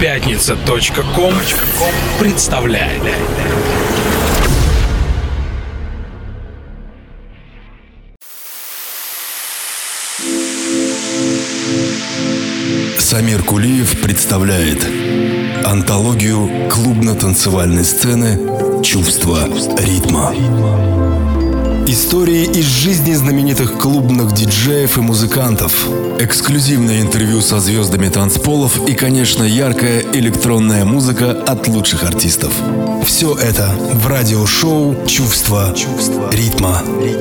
Пятница.ком представляет. Самир Кулиев представляет антологию клубно-танцевальной сцены «Чувство ритма». Истории из жизни знаменитых клубных диджеев и музыкантов, эксклюзивное интервью со звездами танцполов и, конечно, яркая электронная музыка от лучших артистов. Все это в радиошоу «Чувство ритма».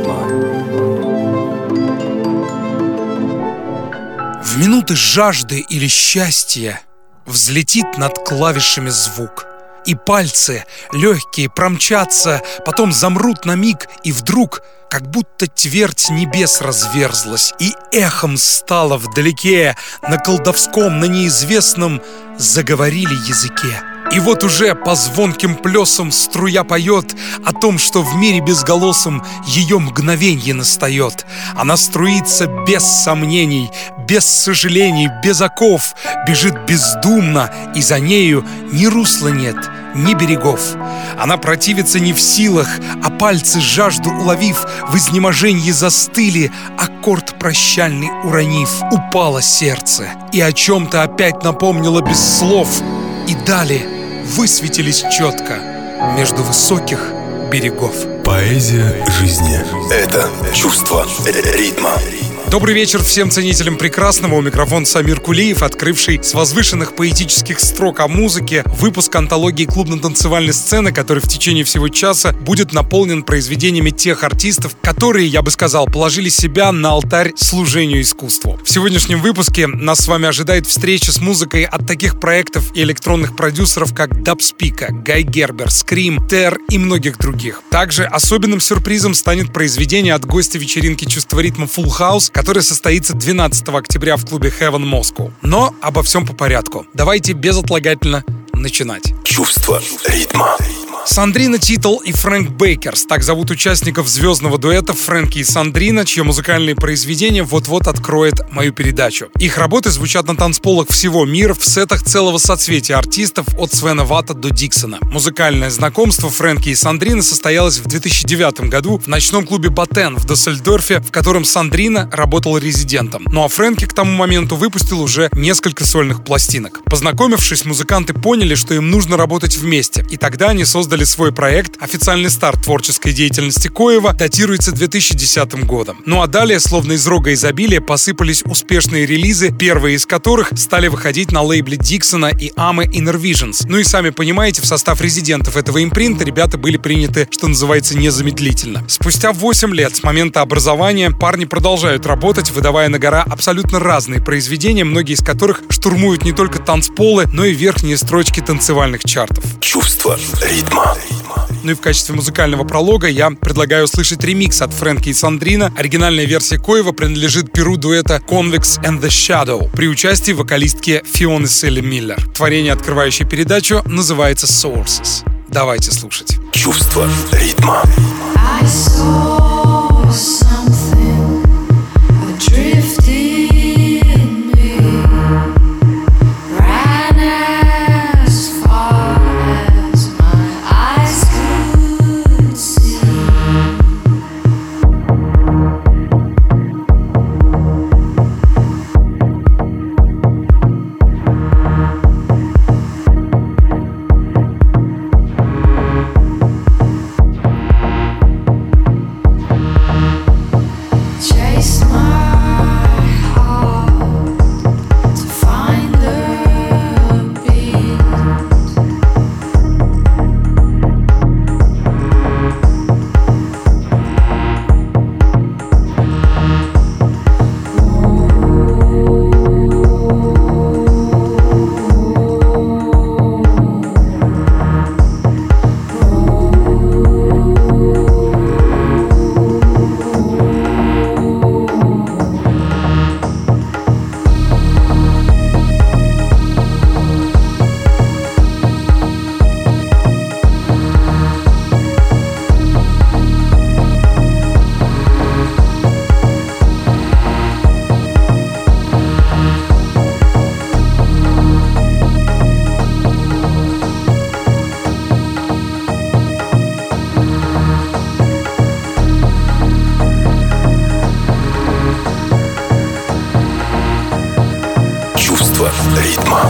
В минуты жажды или счастья взлетит над клавишами звук, и пальцы легкие промчатся, потом замрут на миг, и вдруг, как будто твердь небес разверзлась, и эхом стало вдалеке, на колдовском, на неизвестном заговорили языке. И вот уже по звонким плесам струя поет о том, что в мире безголосом ее мгновенье настает. Она струится без сомнений, без сожалений, без оков, бежит бездумно, и за нею ни русла нет, ни берегов. Она противится не в силах, а пальцы, жажду уловив, в изнеможении застыли, аккорд прощальный уронив. Упало сердце, и о чем-то опять напомнило без слов, и далее высветились четко между высоких берегов. Поэзия жизни – это чувство ритма. Добрый вечер всем ценителям прекрасного. У микрофона Самир Кулиев, открывший с возвышенных поэтических строк о музыке выпуск антологии клубно-танцевальной сцены, который в течение всего часа будет наполнен произведениями тех артистов, которые, я бы сказал, положили себя на алтарь служению искусству. В сегодняшнем выпуске нас с вами ожидает встреча с музыкой от таких проектов и электронных продюсеров, как Dubspeak, Гай Гербер, Scream, Ter и многих других. Также особенным сюрпризом станет произведение от гостя вечеринки «Чувство ритма» Full House, который состоится 12 октября в клубе Heaven Moscow. Но обо всем по порядку. Давайте безотлагательно начинать. Чувство ритма. Сандрина Титл и Фрэнк Бейкерс. Так зовут участников звездного дуэта Фрэнки и Сандрина, чье музыкальное произведение вот-вот откроет мою передачу. Их работы звучат на танцполах всего мира в сетах целого соцветия артистов от Свена Вата до Диксона. Музыкальное знакомство Фрэнки и Сандрина состоялось в 2009 году в ночном клубе Батен в Дуссельдорфе, в котором Сандрина работала резидентом. Ну а Фрэнки к тому моменту выпустил уже несколько сольных пластинок. Познакомившись, музыканты поняли, что им нужно работать вместе, и тогда они создали свой проект. Официальный старт творческой деятельности Коева датируется 2010 годом. Ну а далее, словно из рога изобилия, посыпались успешные релизы, первые из которых стали выходить на лейбле Диксона и Ame Inner Visions. Ну и сами понимаете, в состав резидентов этого импринта ребята были приняты, что называется, незамедлительно. Спустя 8 лет с момента образования парни продолжают работать, выдавая на гора абсолютно разные произведения, многие из которых штурмуют не только танцполы, но и верхние строчки танцевальных чартов. Чувство ритма. Ну и в качестве музыкального пролога я предлагаю услышать ремикс от Фрэнки и Сандрина. Оригинальная версия Коева принадлежит перу дуэта Convex and the Shadow при участии вокалистки Фионы Селли Миллер. Творение, открывающее передачу, называется Sources. Давайте слушать. Чувство ритма. Чувство ритма.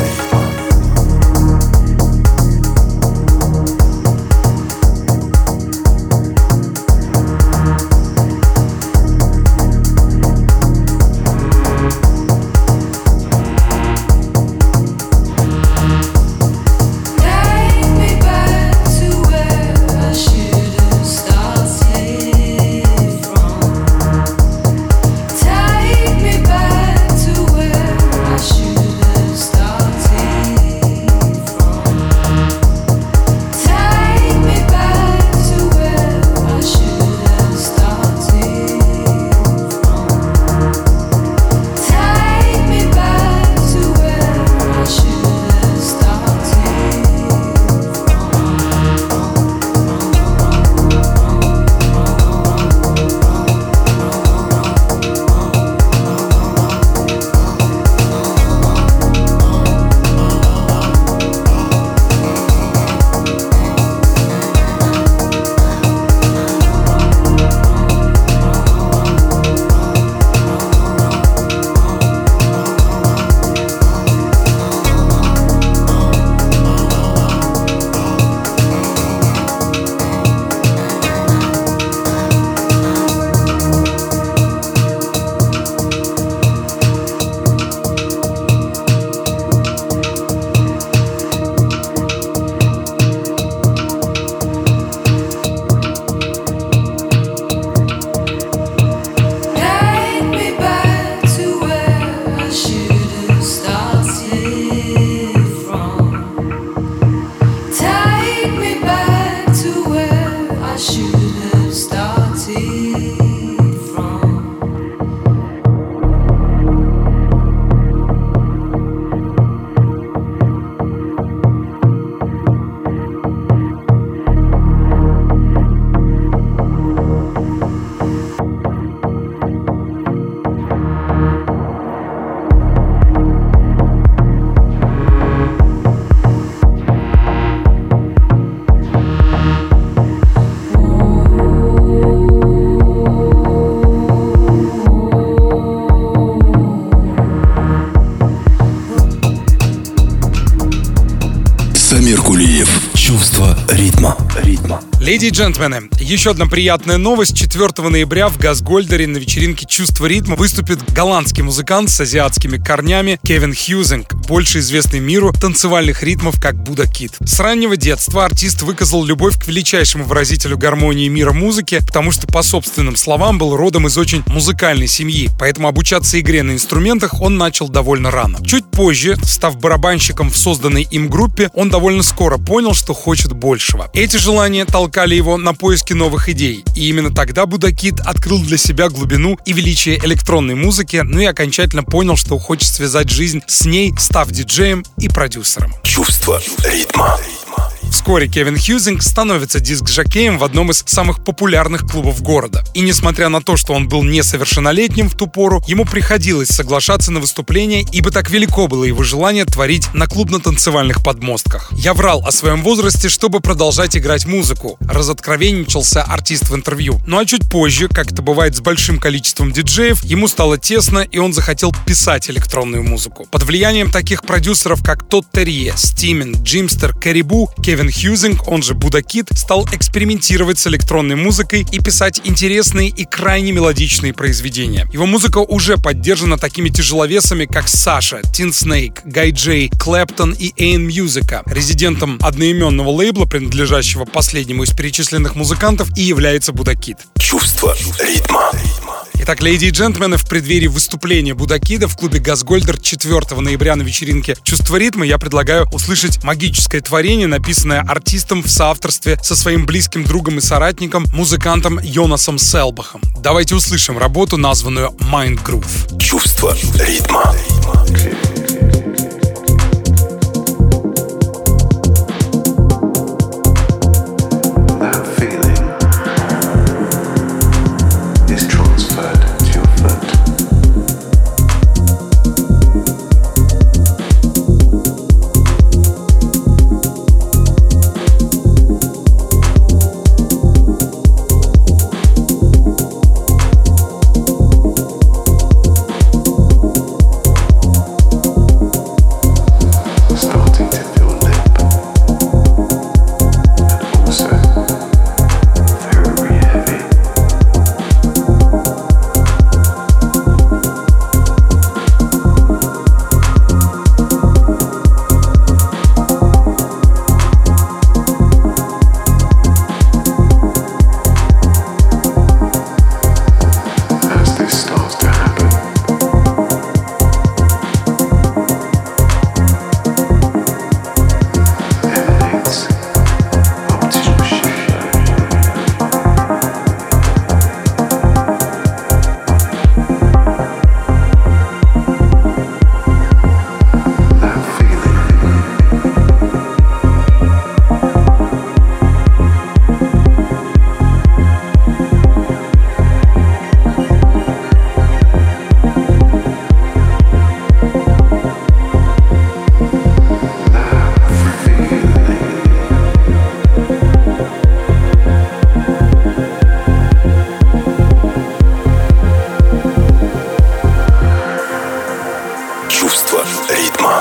Чувство ритма. Леди и джентльмены, еще одна приятная новость. 4 ноября в Газгольдере на вечеринке «Чувство ритма» выступит голландский музыкант с азиатскими корнями Кевин Хьюзинг, больше известный миру танцевальных ритмов как Будда Кид. С раннего детства артист выказал любовь к величайшему выразителю гармонии мира музыки, потому что, по собственным словам, был родом из очень музыкальной семьи, поэтому обучаться игре на инструментах он начал довольно рано. Чуть позже, став барабанщиком в созданной им группе, он довольно скоро понял, что хочет большего. Эти желания толкали его на поиски новых идей, и именно тогда Будда Кид открыл для себя глубину и величие электронной музыки, ну и окончательно понял, что хочет связать жизнь с ней, став диджеем и продюсером. Чувство ритма. Вскоре Кевин Хьюзинг становится диск-жокеем в одном из самых популярных клубов города. И несмотря на то, что он был несовершеннолетним в ту пору, ему приходилось соглашаться на выступления, ибо так велико было его желание творить на клубно-танцевальных подмостках. «Я врал о своем возрасте, чтобы продолжать играть музыку», разоткровенничался артист в интервью. Ну а чуть позже, как это бывает с большим количеством диджеев, ему стало тесно, и он захотел писать электронную музыку. Под влиянием таких продюсеров, как Тодд Терье, Стимин, Джимстер, Карибу, Кевин Хьюзинг, он же Будда Кид, стал экспериментировать с электронной музыкой и писать интересные и крайне мелодичные произведения. Его музыка уже поддержана такими тяжеловесами, как Саша, Тин Снейк, Гай Джей, Клэптон и Эйн Мьюзика. Резидентом одноименного лейбла, принадлежащего последнему из перечисленных музыкантов, и является Будда Кид. Чувство ритма. Итак, леди и джентльмены, в преддверии выступления Будда Кида в клубе «Газгольдер» 4 ноября на вечеринке «Чувство ритма» я предлагаю услышать магическое творение, написанное артистом в соавторстве со своим близким другом и соратником, музыкантом Йонасом Селбахом. Давайте услышим работу, названную «Mind Groove». Чувство ритма. ритма.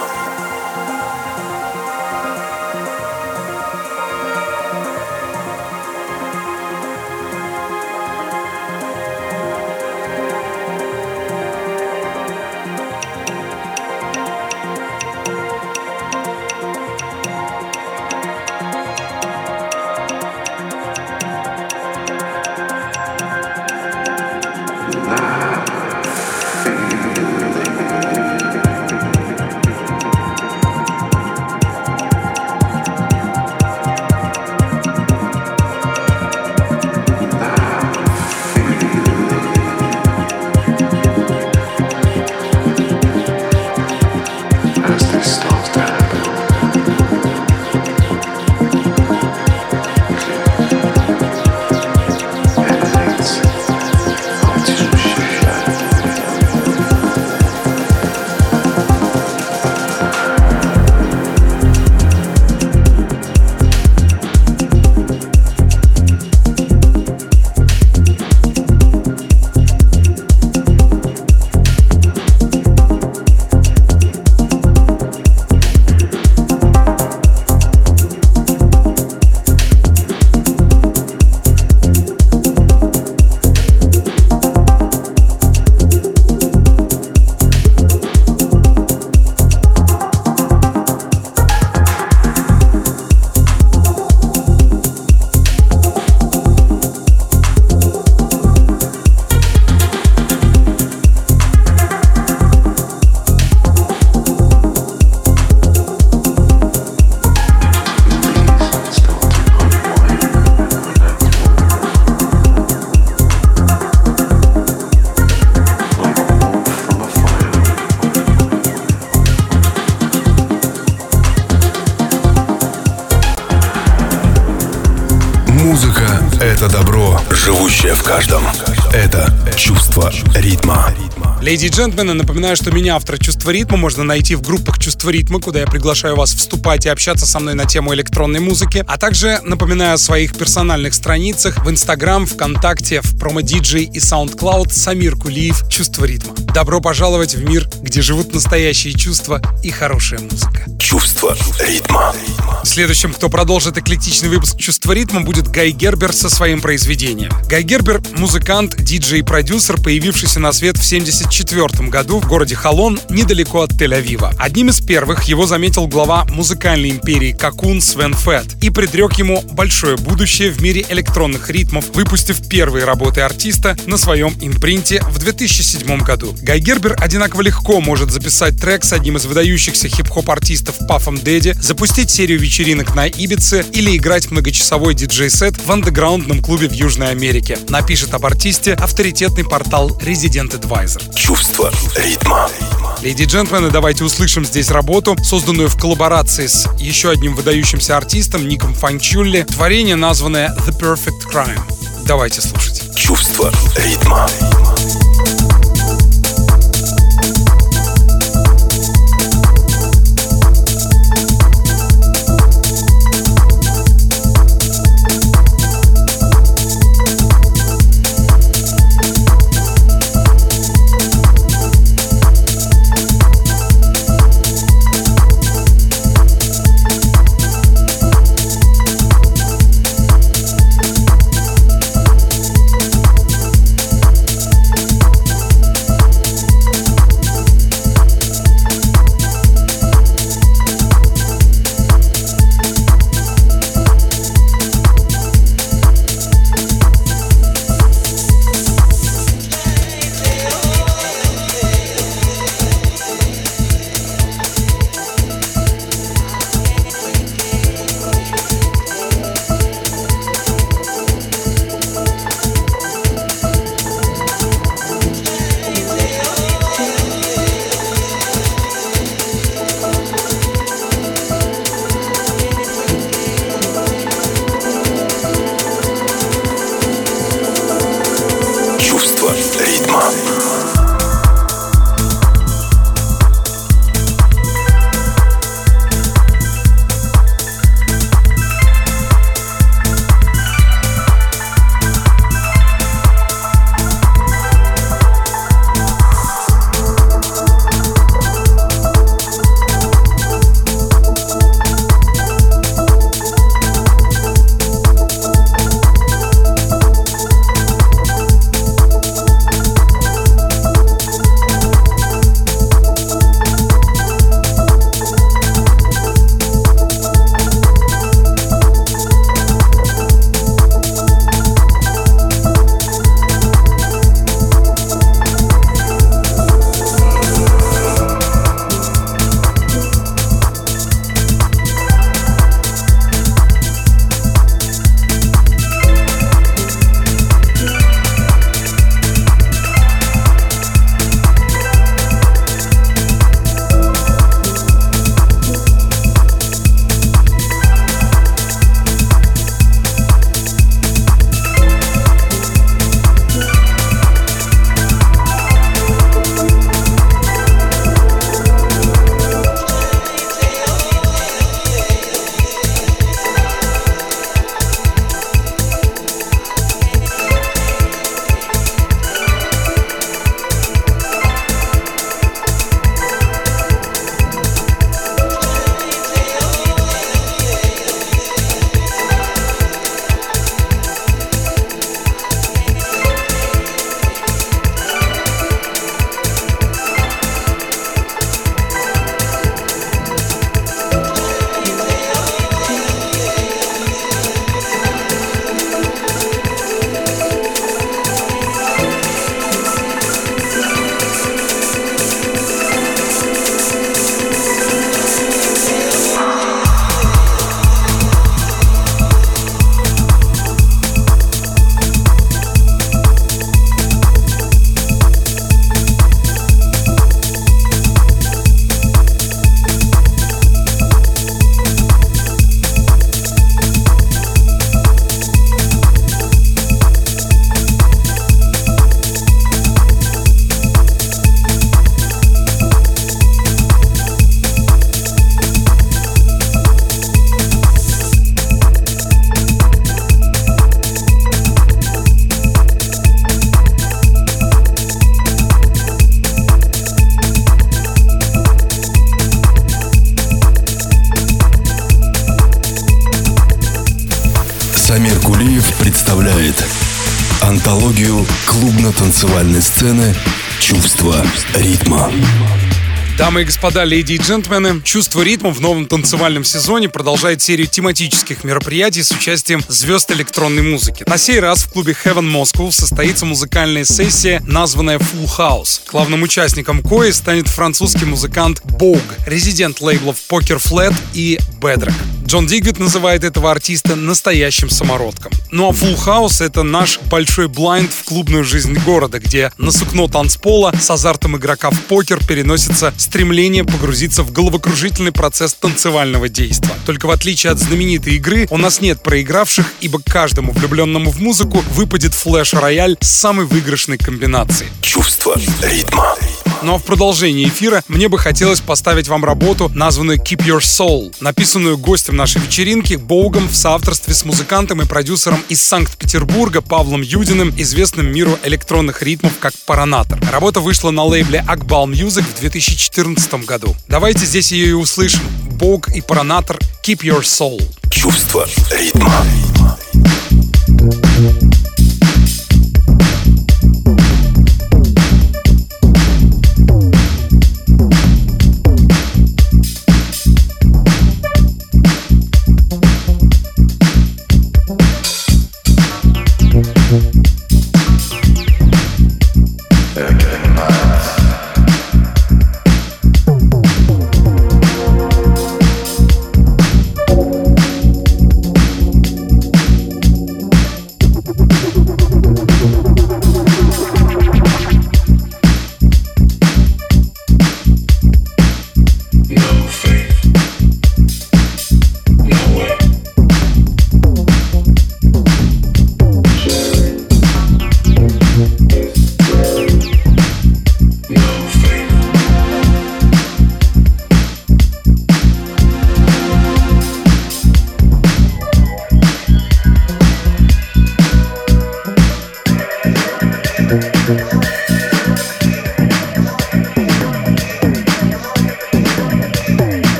Музыка — это добро, живущее в каждом. Это чувство ритма. Леди и джентльмены, напоминаю, что меня, автора «Чувства ритма», можно найти в группах «Чувство ритма», куда я приглашаю вас вступать и общаться со мной на тему электронной музыки. А также напоминаю о своих персональных страницах в Instagram, ВКонтакте, в промо-диджей и SoundCloud Самир Кулиев «Чувство ритма». Добро пожаловать в мир, где живут настоящие чувства и хорошая музыка. Чувство ритма. Следующим, кто продолжит эклектичный выпуск «Чувства ритма», будет Гай Гербер со своим произведением. Гай Гербер — музыкант, диджей и продюсер, появившийся на свет в 1974 году в городе Холон, недалеко от Тель-Авива. Одним из первых его заметил глава музыкальной империи Cocoon Свен Фет и предрек ему большое будущее в мире электронных ритмов, выпустив первые работы артиста на своем импринте в 2007 году. Гай Гербер одинаково легко может записать трек с одним из выдающихся хип-хоп-артистов Puff'em Daddy, запустить серию вечеринок на Ибице или играть многочасовой диджей-сет в андеграундном клубе в Южной Америке. Напишет об артисте авторитетный портал Resident Advisor. Чувство ритма. Леди и джентльмены, давайте услышим здесь работу, созданную в коллаборации с еще одним выдающимся артистом Ником Фанчулли. Творение, названное The Perfect Crime. Давайте слушать. Чувство ритма. представляет антологию клубно-танцевальной сцены «Чувство ритма». Дамы и господа, леди и джентльмены, «Чувство ритма» в новом танцевальном сезоне продолжает серию тематических мероприятий с участием звезд электронной музыки. На сей раз в клубе Heaven Moscow состоится музыкальная сессия, названная Full House. Главным участником кои станет французский музыкант Bogue, резидент лейблов Poker Flat и Bedrock. Джон Дигвид называет этого артиста настоящим самородком. Ну а Full House — это наш большой блайнд в клубную жизнь города, где на сукно танцпола с азартом игрока в покер переносится стремление погрузиться в головокружительный процесс танцевального действия. Только в отличие от знаменитой игры, у нас нет проигравших, ибо каждому влюбленному в музыку выпадет флеш-рояль с самой выигрышной комбинацией. Чувство ритма. Ну а в продолжении эфира мне бы хотелось поставить вам работу, названную Keep Your Soul, написанную гостем нашей вечеринки Боугом в соавторстве с музыкантом и продюсером из Санкт-Петербурга Павлом Юдиным, известным миру электронных ритмов как Паранатор. Работа вышла на лейбле Akbal Music в 2014 году. Давайте здесь ее и услышим. Боуг и Паранатор, Keep Your Soul. Чувство ритма.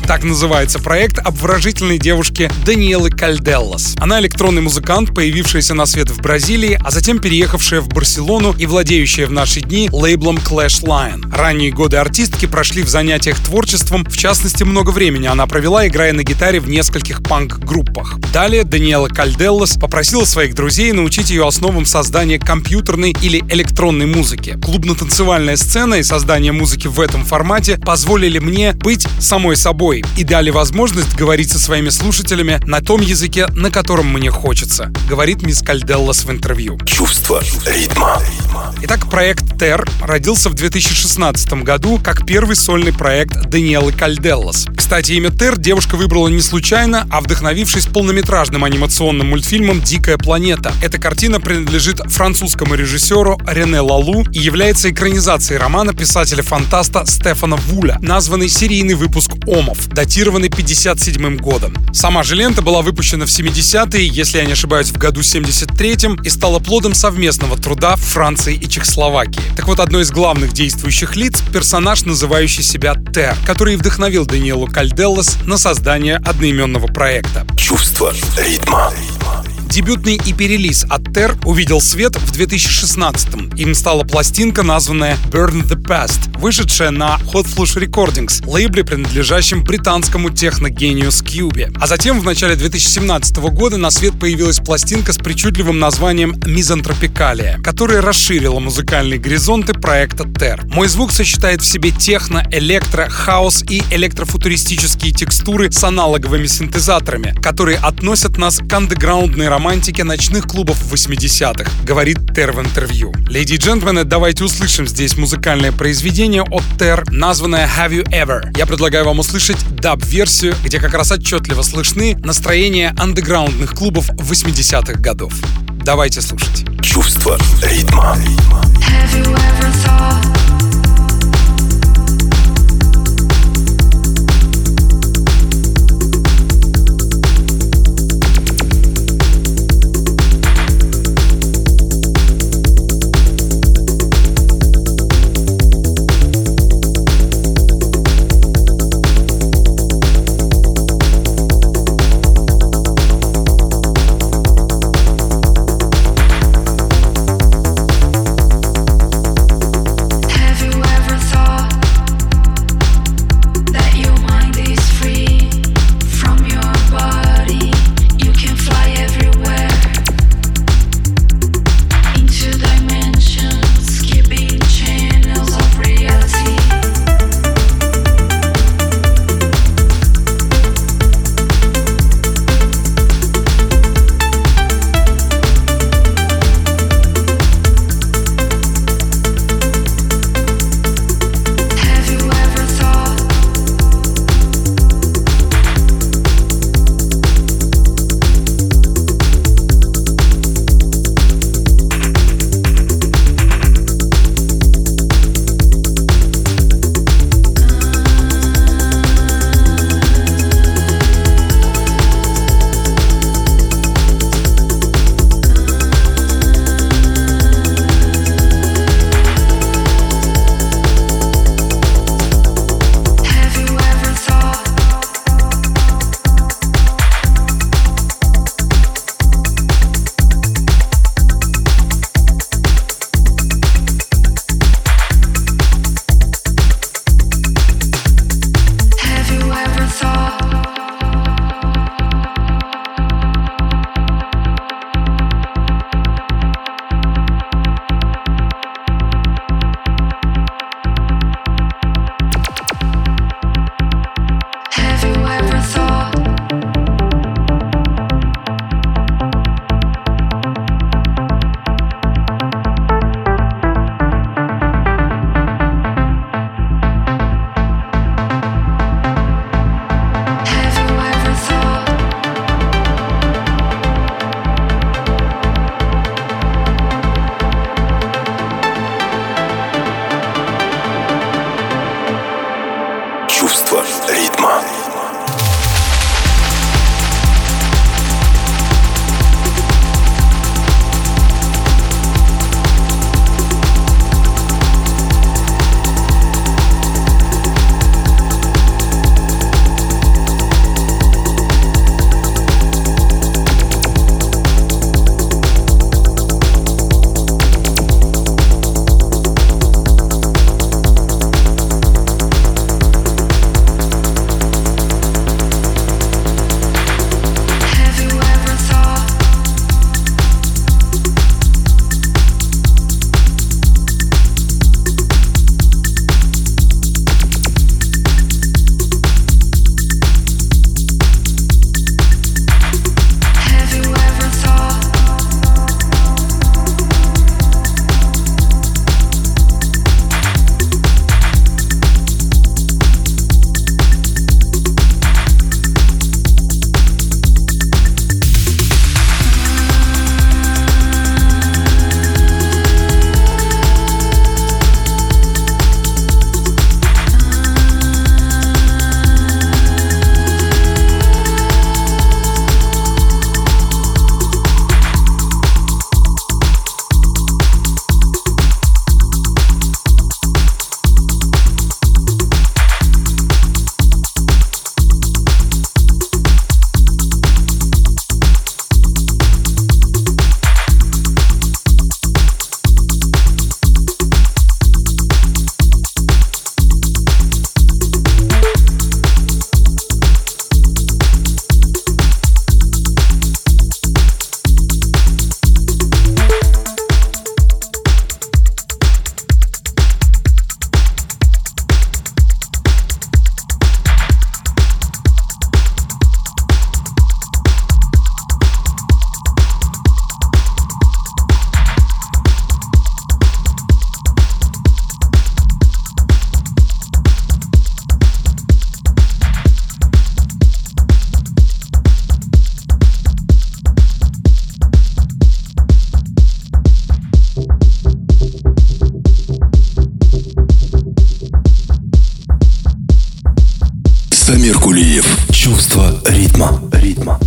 Так называется проект обворожительной девушки Даниэлы Кальделлас. Она электронный музыкант, появившаяся на свет в Бразилии, а затем переехавшая в Барселону и владеющая в наши дни лейблом Clash Lion. Ранние годы артистки прошли в занятиях творчеством, в частности, много времени она провела, играя на гитаре в нескольких панк-группах. Далее Даниэла Кальделлас попросила своих друзей научить ее основам создания компьютерной или электронной музыки. Клубно-танцевальная сцена и создание музыки в этом формате позволили мне быть самой собой и дали возможность говорить со своими слушателями на том языке, на котором мне хочется, говорит мисс Кальделлас в интервью. Чувство ритма. Итак, проект TER родился в 2016 году как первый сольный проект Даниэлы Кальделлас. Кстати, имя TER девушка выбрала не случайно, а вдохновившись полнометражным анимационным мультфильмом «Дикая планета». Эта картина принадлежит французскому режиссеру Рене Лалу и является экранизацией романа писателя-фантаста Стефана Вуля, названный «Серийный выпуск Омов», датированный 1957 годом. Сама же лента была выпущена в 70-е, если я не ошибаюсь, в году 73-м, и стала плодом совместного труда Франции и Чехословакии. Так вот, одно из главных действующих лиц — персонаж, называющий себя TER, который вдохновил Даниэлу Кальделлас на создание одноименного проекта. Чувство ритма. Дебютный EP-релиз от TER увидел свет в 2016-м. Им стала пластинка, названная Burn the Past, вышедшая на Hot Flush Recordings, лейбле, принадлежащем британскому техногению Scooby. А затем в начале 2017 года на свет появилась пластинка с причудливым названием Мизантропикалия, которая расширила музыкальные горизонты проекта TER. Мой звук сочетает в себе техно, электро, хаос и электрофутуристические текстуры с аналоговыми синтезаторами, которые относят нас к андеграундной романтике ночных клубов 80-х, говорит TER в интервью. Леди и джентльмены, давайте услышим здесь музыкальное произведение от TER, названное Have You Ever. Я предлагаю вам услышать даб-версию, где как раз отчетливо слышны настроения андеграундных клубов 80-х годов. Давайте слушать. Чувство ритма. Have you ever thought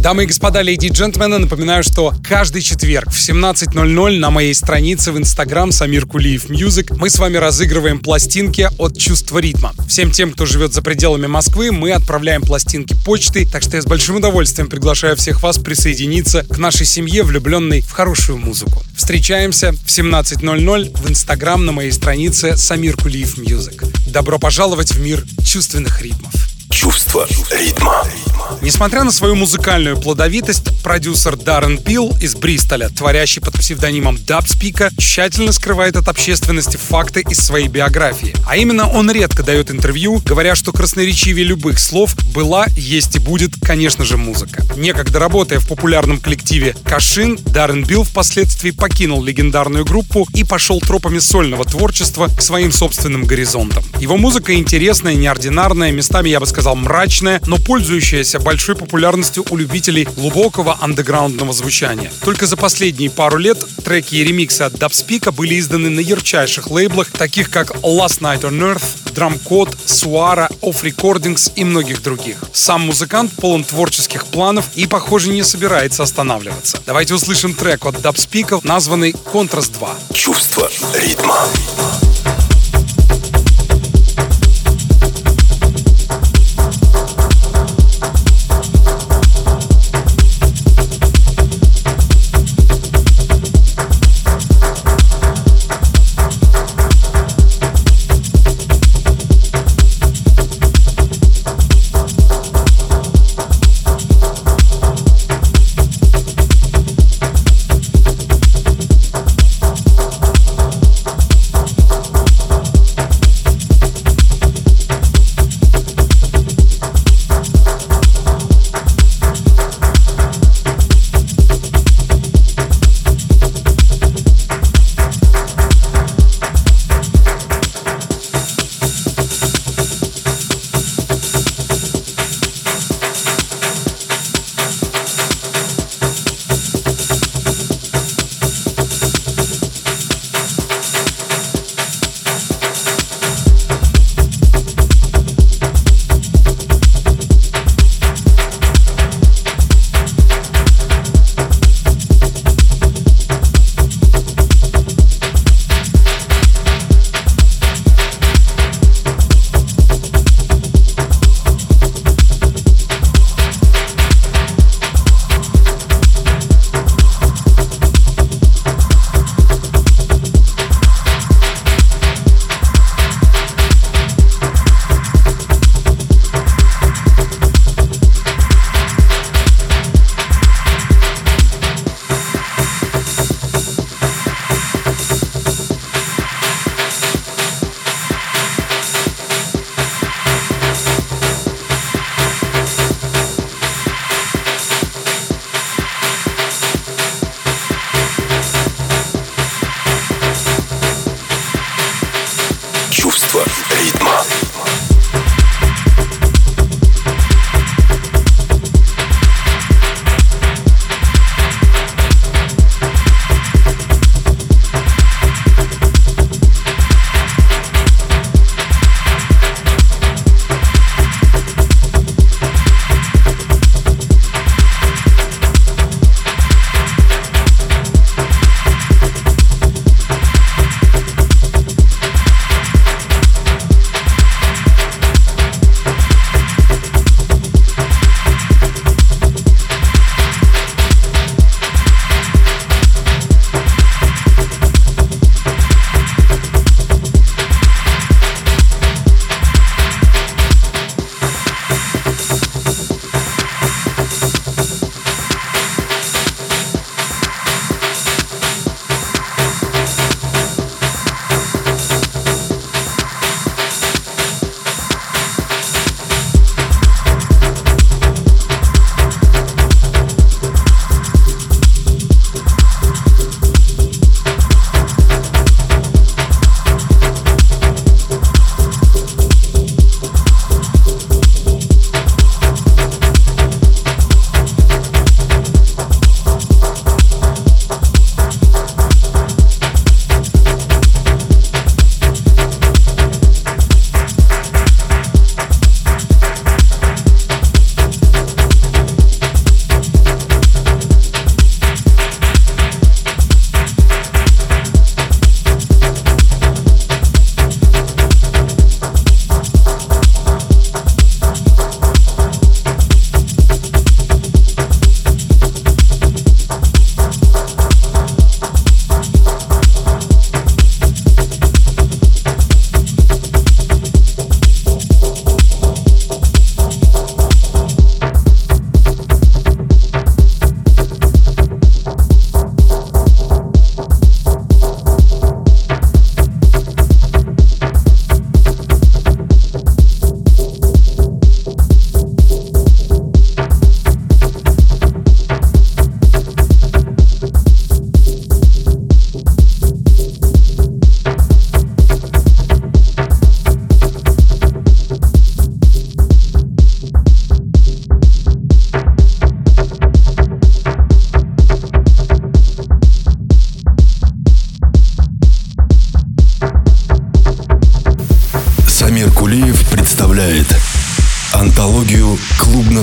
Дамы и господа, леди и джентльмены, напоминаю, что каждый четверг в 17:00 на моей странице в Instagram Самир Кулиев Music мы с вами разыгрываем пластинки от «Чувства ритма». Всем тем, кто живет за пределами Москвы, мы отправляем пластинки почтой, так что я с большим удовольствием приглашаю всех вас присоединиться к нашей семье, влюбленной в хорошую музыку. Встречаемся в 17:00 в Instagram на моей странице Самир Кулиев Music. Добро пожаловать в мир чувственных ритмов. Чувство ритма. Несмотря на свою музыкальную плодовитость, продюсер Даррен Пил из Бристоля, творящий под псевдонимом Dubspeak, тщательно скрывает от общественности факты из своей биографии. А именно, он редко дает интервью, говоря, что красноречивее любых слов была, есть и будет, конечно же, музыка. Некогда работая в популярном коллективе Кашин, Даррен Пил впоследствии покинул легендарную группу и пошел тропами сольного творчества к своим собственным горизонтам. Его музыка интересная, неординарная, местами, я бы сказал, мрачная, но пользующаяся большой популярностью у любителей глубокого андеграундного звучания. Только за последние пару лет треки и ремиксы от Dubspeak были изданы на ярчайших лейблах, таких как Last Night on Earth, Drum Code, Suara, Off Recordings и многих других. Сам музыкант полон творческих планов и, похоже, не собирается останавливаться. Давайте услышим трек от Dubspeak, названный Contrast 2. Чувство ритма.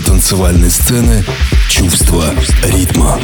танцевальной сцены чувство ритма.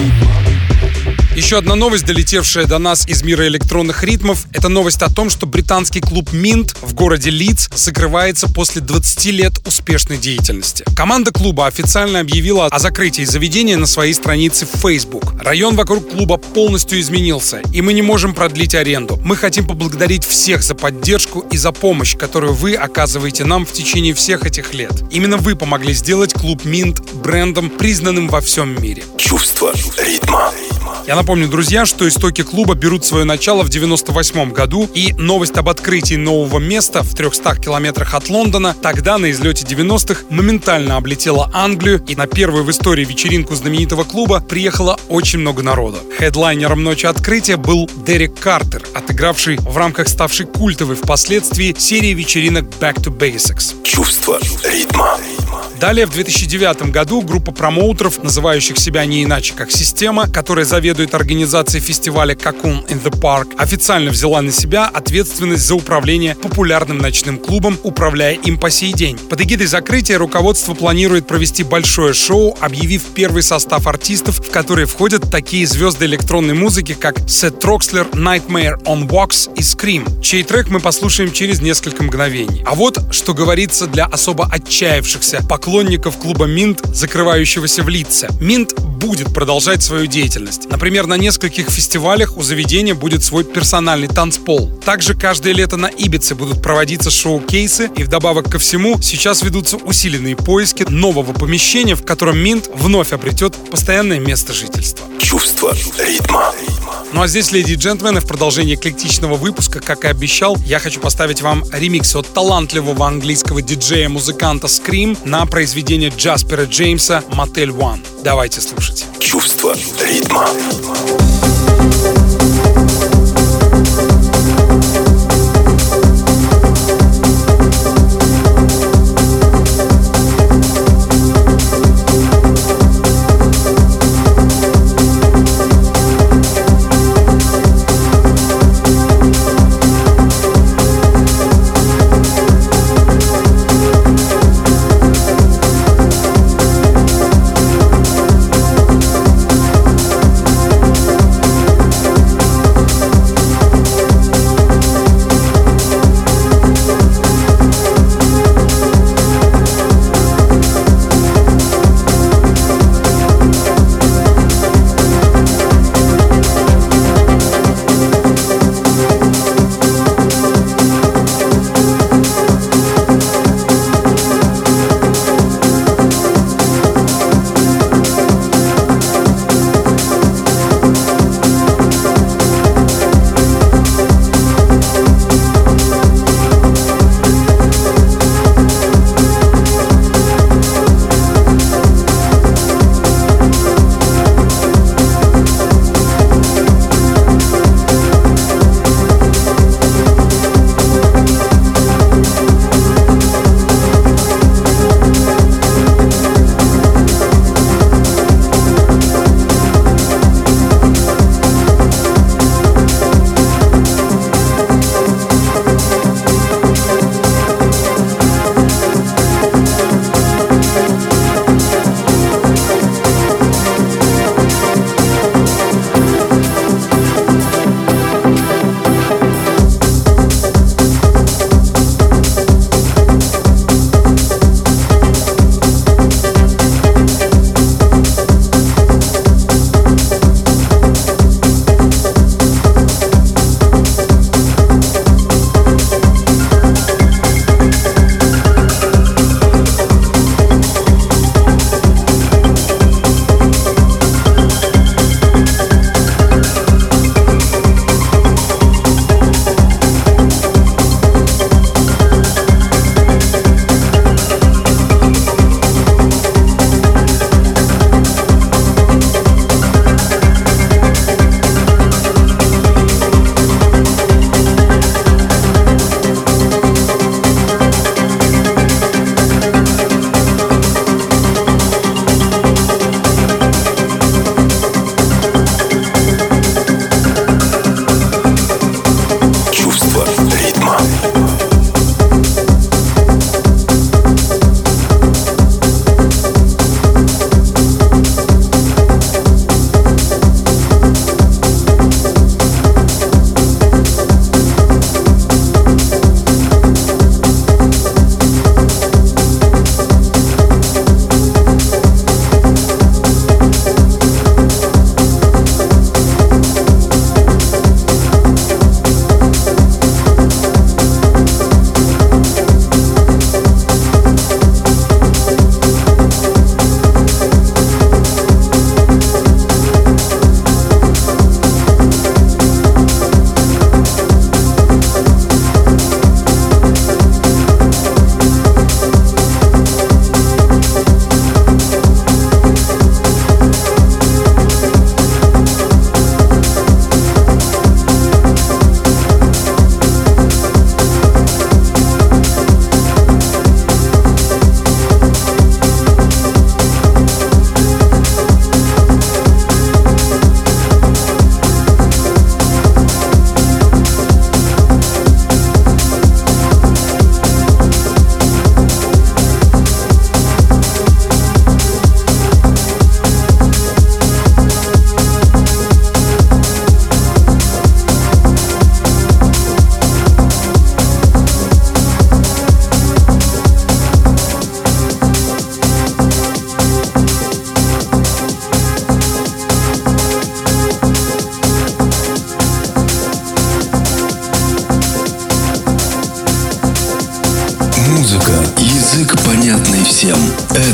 Еще одна новость, долетевшая до нас из мира электронных ритмов, это новость о том, что британский клуб Mint в городе Лидс закрывается после 20 лет успешной деятельности. Команда клуба официально объявила о закрытии заведения на своей странице в Facebook. Район вокруг клуба полностью изменился, и мы не можем продлить аренду. Мы хотим поблагодарить всех за поддержку и за помощь, которую вы оказываете нам в течение всех этих лет. Именно вы помогли сделать клуб Mint брендом, признанным во всем мире. Чувство ритма. Я напомню, друзья, что истоки клуба берут свое начало в 1998 году, и новость об открытии нового места в 300 километрах от Лондона тогда на излете 90-х моментально облетела Англию, и на первую в истории вечеринку знаменитого клуба приехало очень много народа. Хедлайнером ночи открытия был Дерек Картер, отыгравший в рамках ставшей культовой впоследствии серии вечеринок Back to Basics. Чувство ритма. Далее, в 2009 году группа промоутеров, называющих себя не иначе как «Система», которая заведует организацией фестиваля Cocoon in the Park, официально взяла на себя ответственность за управление популярным ночным клубом, управляя им по сей день. Под эгидой закрытия руководство планирует провести большое шоу, объявив первый состав артистов, в которые входят такие звезды электронной музыки, как Сет Трокслер, Nightmare on Wax и Scream, чей трек мы послушаем через несколько мгновений. А вот что говорится для особо отчаявшихся поклонников клуба Mint, закрывающегося в Лидсе. Mint будет продолжать свою деятельность. Например, на нескольких фестивалях у заведения будет свой персональный танцпол. Также каждое лето на Ибице будут проводиться шоу-кейсы, и вдобавок ко всему сейчас ведутся усиленные поиски нового помещения, в котором Mint вновь обретет постоянное место жительства. Чувство ритма. Ну а здесь, леди и джентльмены, в продолжении эклектичного выпуска, как и обещал, я хочу поставить вам ремикс от талантливого английского диджея-музыканта Scream на произведение Джаспера Джеймса «Motel One». Давайте слушать. Чувство ритма.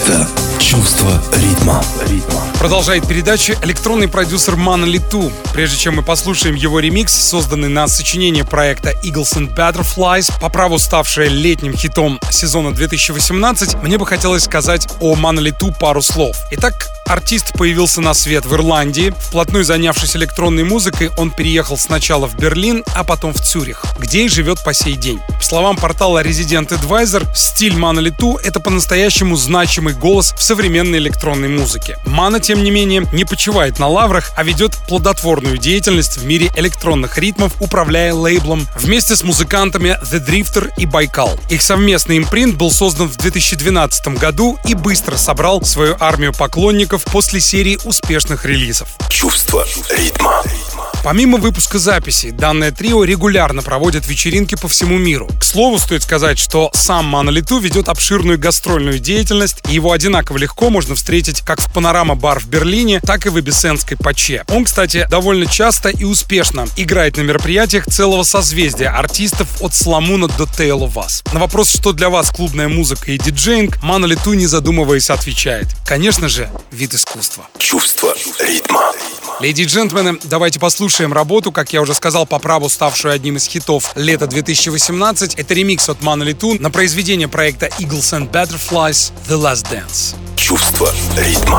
Это чувство ритма. Продолжает передачу электронный продюсер Monolith II. Прежде чем мы послушаем его ремикс, созданный на сочинение проекта Eagles and Butterflies, по праву ставшее летним хитом сезона 2018, мне бы хотелось сказать о Monolith II пару слов. Итак, артист появился на свет в Ирландии. Вплотную занявшись электронной музыкой, он переехал сначала в Берлин, а потом в Цюрих, где и живет по сей день. По словам портала Resident Advisor, стиль Monolith II — это по-настоящему значимый голос в современной электронной музыке. Мана, тем не менее, не почивает на лаврах, а ведет плодотворную деятельность в мире электронных ритмов, управляя лейблом вместе с музыкантами The Drifter и Байкал. Их совместный импринт был создан в 2012 году и быстро собрал свою армию поклонников после серии успешных релизов. Чувство ритма. Помимо выпуска записей, данное трио регулярно проводит вечеринки по всему миру. К слову, стоит сказать, что сам Monolith II ведет обширную гастрольную деятельность, и его одинаково легко можно встретить как в Панорама-бар в Берлине, так и в Ибисенской Паче. Он, кстати, довольно часто и успешно играет на мероприятиях целого созвездия артистов от Сламуна до Tale of Us. На вопрос, что для вас клубная музыка и диджеинг, Monolith II, не задумываясь, отвечает: конечно же, вид искусства. Чувство ритма. Леди и джентльмены, давайте послушаем работу, как я уже сказал, по праву ставшую одним из хитов лета 2018. Это ремикс от Monolith II на произведение проекта Eagles and Butterflies The Last Dance. Чувство ритма.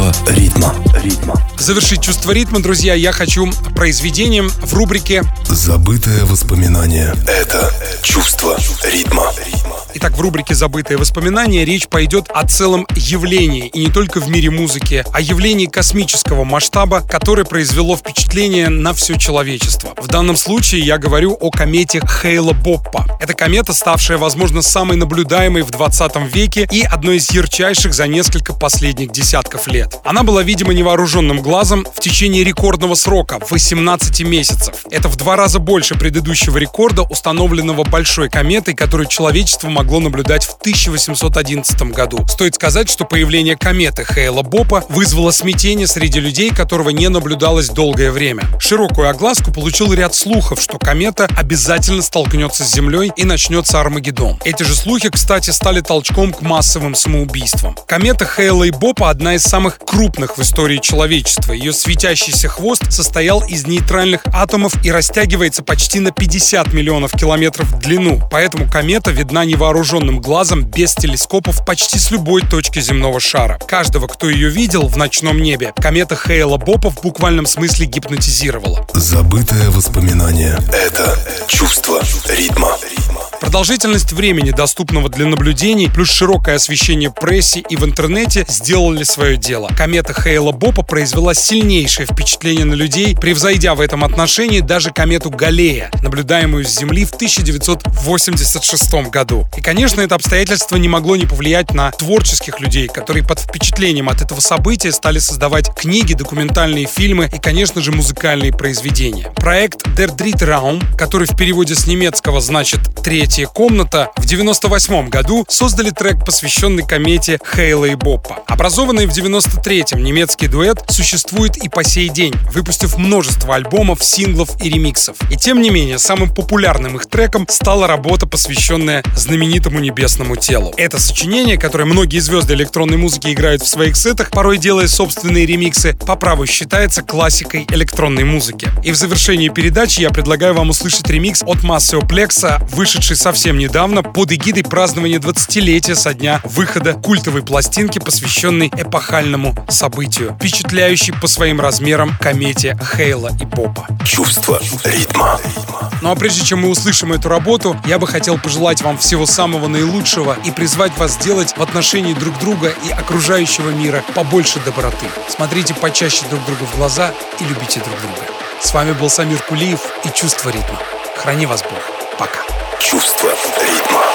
Чувство ритма. Завершить чувство ритма, друзья, я хочу произведением в рубрике Забытое воспоминание. Это чувство ритма. Итак, в рубрике «Забытые воспоминания» речь пойдет о целом явлении, и не только в мире музыки, о явлении космического масштаба, которое произвело впечатление на все человечество. В данном случае я говорю о комете Хейла-Боппа. Это комета, ставшая, возможно, самой наблюдаемой в 20 веке и одной из ярчайших за несколько последних десятков лет. Она была видима невооруженным глазом в течение рекордного срока — 18 месяцев. Это в 2 раза больше предыдущего рекорда, установленного большой кометой, которую человечество могло наблюдать в 1811 году. Стоит сказать, что появление кометы Хейла-Боппа вызвало смятение среди людей, которого не наблюдалось долгое время. Широкую огласку получил ряд слухов, что комета обязательно столкнется с Землей и начнется Армагеддон. Эти же слухи, кстати, стали толчком к массовым самоубийствам. Комета Хейла-Боппа — одна из самых крупных в истории человечества. Ее светящийся хвост состоял из нейтральных атомов и растягивается почти на 50 миллионов километров в длину. Поэтому комета видна невооруженным глазом без телескопов почти с любой точки земного шара. Каждого, кто ее видел в ночном небе, комета Хейла-Боппа в буквальном смысле гипнотизировала. Забытое воспоминание. Это чувство ритма. Продолжительность времени, доступного для наблюдений, плюс широкое освещение в прессе и в интернете сделали свое дело. Комета Хейла-Боппа произвела сильнейшее впечатление на людей, превзойдя в этом отношении даже комету Галлея, наблюдаемую с Земли в 1986 году. И, конечно, это обстоятельство не могло не повлиять на творческих людей, которые под впечатлением от этого события стали создавать книги, документальные фильмы и, конечно же, музыкальные произведения. Проект Der Dritte Raum, который в переводе с немецкого значит «третья комната», в 1998 году создали трек, посвященный комете Хейла-Боппа. Образованный в 1993-м немецкий дуэт существует и по сей день, выпустив множество альбомов, синглов и ремиксов. И тем не менее, самым популярным их треком стала работа, посвященная знаменитому небесному телу. Это сочинение, которое многие звезды электронной музыки играют в своих сетах, порой делая собственные ремиксы, по праву считается классикой электронной музыки. И в завершении передачи я предлагаю вам услышать ремикс от Maceo Plex, вышедший совсем недавно под эгидой празднования 20-летия со дня выхода культовой пластинки, посвященной эпохальному событию, впечатляющей по своим размерам комете Хейла-Боппа. Чувство ритма. Ну а прежде чем мы услышим эту работу, я бы хотел пожелать вам всего самого наилучшего и призвать вас сделать в отношении друг друга и окружающего мира побольше доброты. Смотрите почаще друг другу в глаза и любите друг друга. С вами был Самир Кулиев и «Чувство ритма». Храни вас Бог. Пока. Чувство ритма.